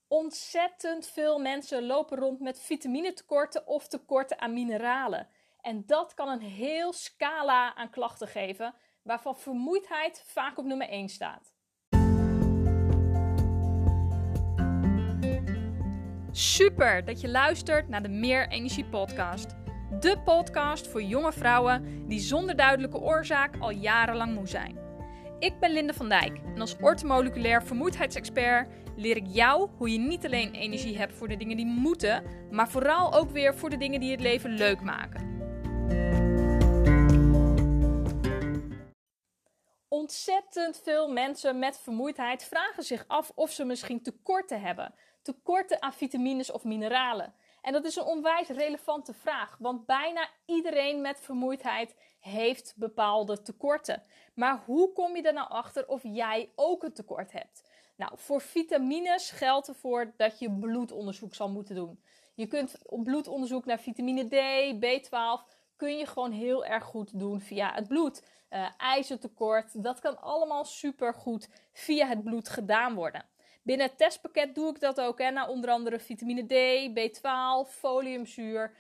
Ontzettend veel mensen lopen rond met vitaminetekorten of tekorten aan mineralen. En dat kan een heel scala aan klachten geven, waarvan vermoeidheid vaak op nummer 1 staat. Super dat je luistert naar de Meer Energie podcast. De podcast voor jonge vrouwen die zonder duidelijke oorzaak al jarenlang moe zijn. Ik ben Linde van Dijk en als orthomoleculair vermoeidheidsexpert leer ik jou hoe je niet alleen energie hebt voor de dingen die moeten, maar vooral ook weer voor de dingen die het leven leuk maken. Ontzettend veel mensen met vermoeidheid vragen zich af of ze misschien tekorten hebben. Tekorten aan vitamines of mineralen. En dat is een onwijs relevante vraag, want bijna iedereen met vermoeidheid heeft bepaalde tekorten. Maar hoe kom je er nou achter of jij ook een tekort hebt? Nou, voor vitamines geldt ervoor dat je bloedonderzoek zal moeten doen. Je kunt bloedonderzoek naar vitamine D, B12, kun je gewoon heel erg goed doen via het bloed. IJzertekort, dat kan allemaal supergoed via het bloed gedaan worden. Binnen het testpakket doe ik dat ook, naar onder andere vitamine D, B12, foliumzuur,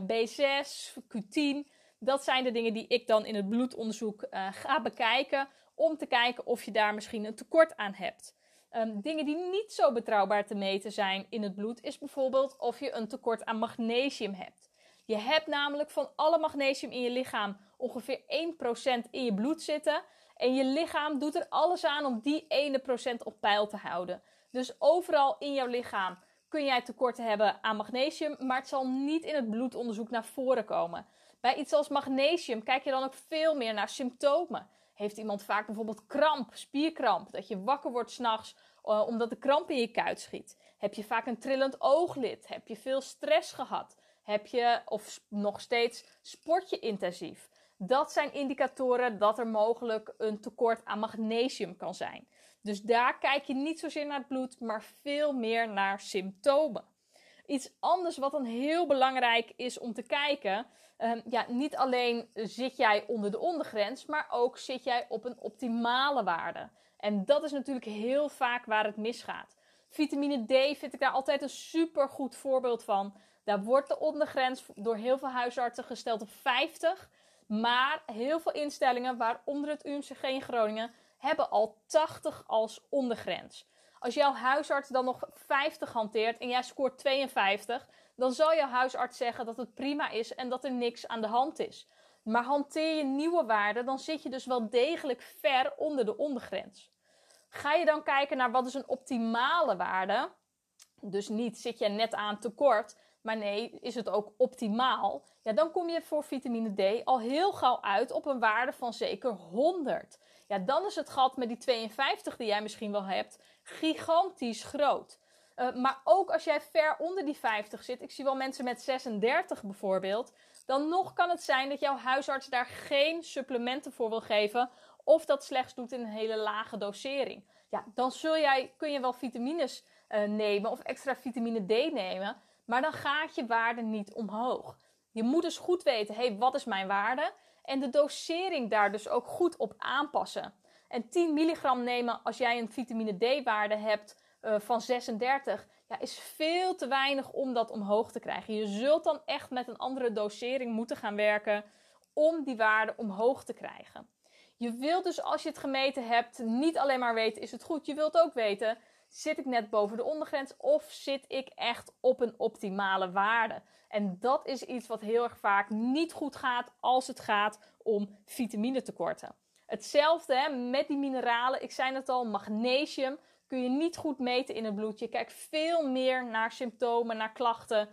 B6, Q10. Dat zijn de dingen die ik dan in het bloedonderzoek ga bekijken om te kijken of je daar misschien een tekort aan hebt. Dingen die niet zo betrouwbaar te meten zijn in het bloed is bijvoorbeeld of je een tekort aan magnesium hebt. Je hebt namelijk van alle magnesium in je lichaam ongeveer 1% in je bloed zitten. En je lichaam doet er alles aan om die 1% op peil te houden. Dus overal in jouw lichaam kun jij tekorten hebben aan magnesium, maar het zal niet in het bloedonderzoek naar voren komen. Bij iets als magnesium kijk je dan ook veel meer naar symptomen. Heeft iemand vaak bijvoorbeeld kramp, spierkramp, dat je wakker wordt 's nachts omdat de kramp in je kuit schiet? Heb je vaak een trillend ooglid? Heb je veel stress gehad? Heb je, of nog steeds, sport je intensief? Dat zijn indicatoren dat er mogelijk een tekort aan magnesium kan zijn. Dus daar kijk je niet zozeer naar het bloed, maar veel meer naar symptomen. Iets anders wat dan heel belangrijk is om te kijken, niet alleen zit jij onder de ondergrens, maar ook zit jij op een optimale waarde. En dat is natuurlijk heel vaak waar het misgaat. Vitamine D vind ik daar altijd een supergoed voorbeeld van. Daar wordt de ondergrens door heel veel huisartsen gesteld op 50. Maar heel veel instellingen, waaronder het UMCG in Groningen, hebben al 80 als ondergrens. Als jouw huisarts dan nog 50 hanteert en jij scoort 52, dan zal jouw huisarts zeggen dat het prima is en dat er niks aan de hand is. Maar hanteer je nieuwe waarden, dan zit je dus wel degelijk ver onder de ondergrens. Ga je dan kijken naar wat is een optimale waarde? Dus niet zit je net aan tekort, maar nee, is het ook optimaal? Ja, dan kom je voor vitamine D al heel gauw uit op een waarde van zeker 100. Ja, dan is het gat met die 52 die jij misschien wel hebt gigantisch groot. Maar ook als jij ver onder die 50 zit, ik zie wel mensen met 36 bijvoorbeeld, dan nog kan het zijn dat jouw huisarts daar geen supplementen voor wil geven of dat slechts doet in een hele lage dosering. Ja, dan kun je wel vitamines nemen of extra vitamine D nemen, maar dan gaat je waarde niet omhoog. Je moet dus goed weten, wat is mijn waarde? En de dosering daar dus ook goed op aanpassen. En 10 milligram nemen als jij een vitamine D-waarde hebt van 36, is veel te weinig om dat omhoog te krijgen. Je zult dan echt met een andere dosering moeten gaan werken om die waarde omhoog te krijgen. Je wilt dus als je het gemeten hebt niet alleen maar weten is het goed. Je wilt ook weten, zit ik net boven de ondergrens of zit ik echt op een optimale waarde? En dat is iets wat heel erg vaak niet goed gaat als het gaat om vitaminetekorten. Hetzelfde met die mineralen. Ik zei het al, magnesium kun je niet goed meten in het bloed. Je kijkt veel meer naar symptomen, naar klachten.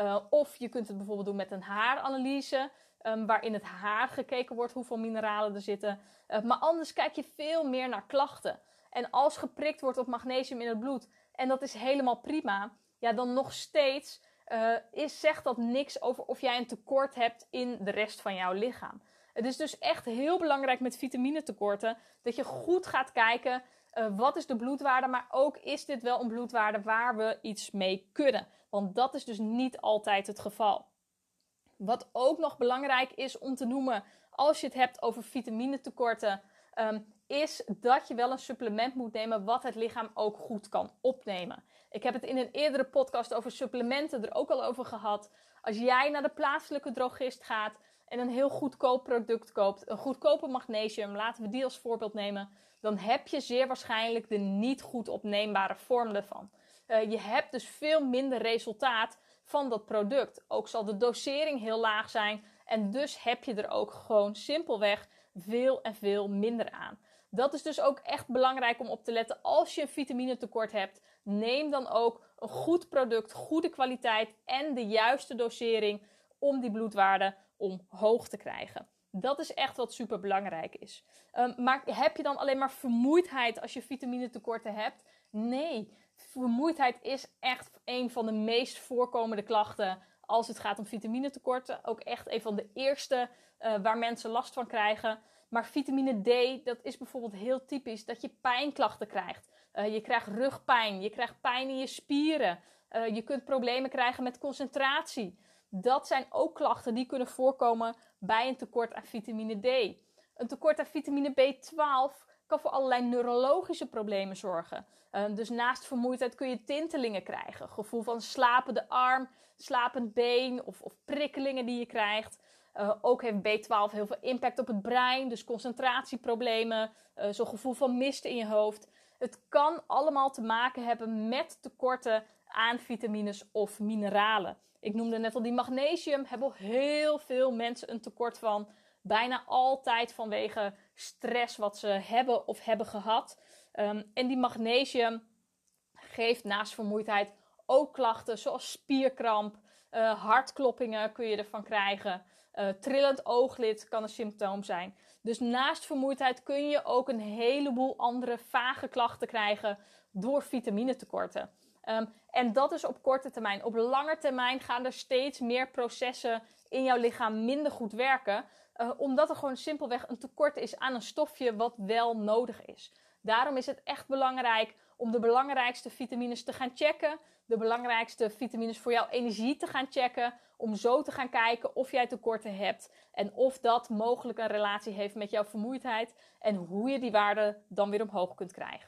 Of je kunt het bijvoorbeeld doen met een haaranalyse, waarin het haar gekeken wordt hoeveel mineralen er zitten. Maar anders kijk je veel meer naar klachten. En als geprikt wordt op magnesium in het bloed, en dat is helemaal prima, dan nog steeds zegt dat niks over of jij een tekort hebt in de rest van jouw lichaam. Het is dus echt heel belangrijk met vitaminetekorten dat je goed gaat kijken wat is de bloedwaarde, maar ook is dit wel een bloedwaarde waar we iets mee kunnen. Want dat is dus niet altijd het geval. Wat ook nog belangrijk is om te noemen als je het hebt over vitaminetekorten, is dat je wel een supplement moet nemen wat het lichaam ook goed kan opnemen. Ik heb het in een eerdere podcast over supplementen er ook al over gehad. Als jij naar de plaatselijke drogist gaat en een heel goedkoop product koopt, een goedkope magnesium, laten we die als voorbeeld nemen, dan heb je zeer waarschijnlijk de niet goed opneembare vorm ervan. Je hebt dus veel minder resultaat van dat product. Ook zal de dosering heel laag zijn en dus heb je er ook gewoon simpelweg veel en veel minder aan. Dat is dus ook echt belangrijk om op te letten. Als je een vitaminetekort hebt, neem dan ook een goed product, goede kwaliteit en de juiste dosering om die bloedwaarde omhoog te krijgen. Dat is echt wat super belangrijk is. Maar heb je dan alleen maar vermoeidheid als je vitaminetekorten hebt? Nee, vermoeidheid is echt een van de meest voorkomende klachten als het gaat om vitaminetekorten. Ook echt een van de eerste waar mensen last van krijgen. Maar vitamine D, dat is bijvoorbeeld heel typisch dat je pijnklachten krijgt. Je krijgt rugpijn, je krijgt pijn in je spieren. Je kunt problemen krijgen met concentratie. Dat zijn ook klachten die kunnen voorkomen bij een tekort aan vitamine D. Een tekort aan vitamine B12 kan voor allerlei neurologische problemen zorgen. Dus naast vermoeidheid kun je tintelingen krijgen. Gevoel van slapende arm, slapend been of prikkelingen die je krijgt. Ook heeft B12 heel veel impact op het brein, dus concentratieproblemen, zo'n gevoel van mist in je hoofd. Het kan allemaal te maken hebben met tekorten aan vitamines of mineralen. Ik noemde net al die magnesium, hebben heel veel mensen een tekort van. Bijna altijd vanwege stress wat ze hebben of hebben gehad. En die magnesium geeft naast vermoeidheid ook klachten zoals spierkramp, hartkloppingen kun je ervan krijgen. Trillend ooglid kan een symptoom zijn. Dus naast vermoeidheid kun je ook een heleboel andere vage klachten krijgen door vitaminetekorten. En dat is op korte termijn. Op lange termijn gaan er steeds meer processen in jouw lichaam minder goed werken. Omdat er gewoon simpelweg een tekort is aan een stofje wat wel nodig is. Daarom is het echt belangrijk om de belangrijkste vitamines te gaan checken. De belangrijkste vitamines voor jouw energie te gaan checken. Om zo te gaan kijken of jij tekorten hebt. En of dat mogelijk een relatie heeft met jouw vermoeidheid. En hoe je die waarde dan weer omhoog kunt krijgen.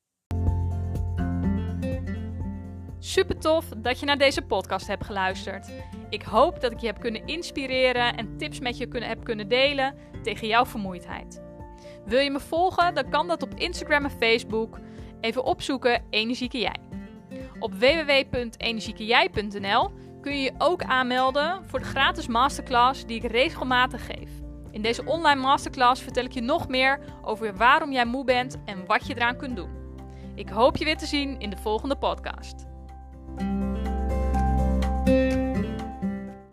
Super tof dat je naar deze podcast hebt geluisterd. Ik hoop dat ik je heb kunnen inspireren en tips met je heb kunnen delen tegen jouw vermoeidheid. Wil je me volgen? Dan kan dat op Instagram en Facebook. Even opzoeken Energieke Jij. Op www.energiekejij.nl kun je je ook aanmelden voor de gratis masterclass die ik regelmatig geef. In deze online masterclass vertel ik je nog meer over waarom jij moe bent en wat je eraan kunt doen. Ik hoop je weer te zien in de volgende podcast.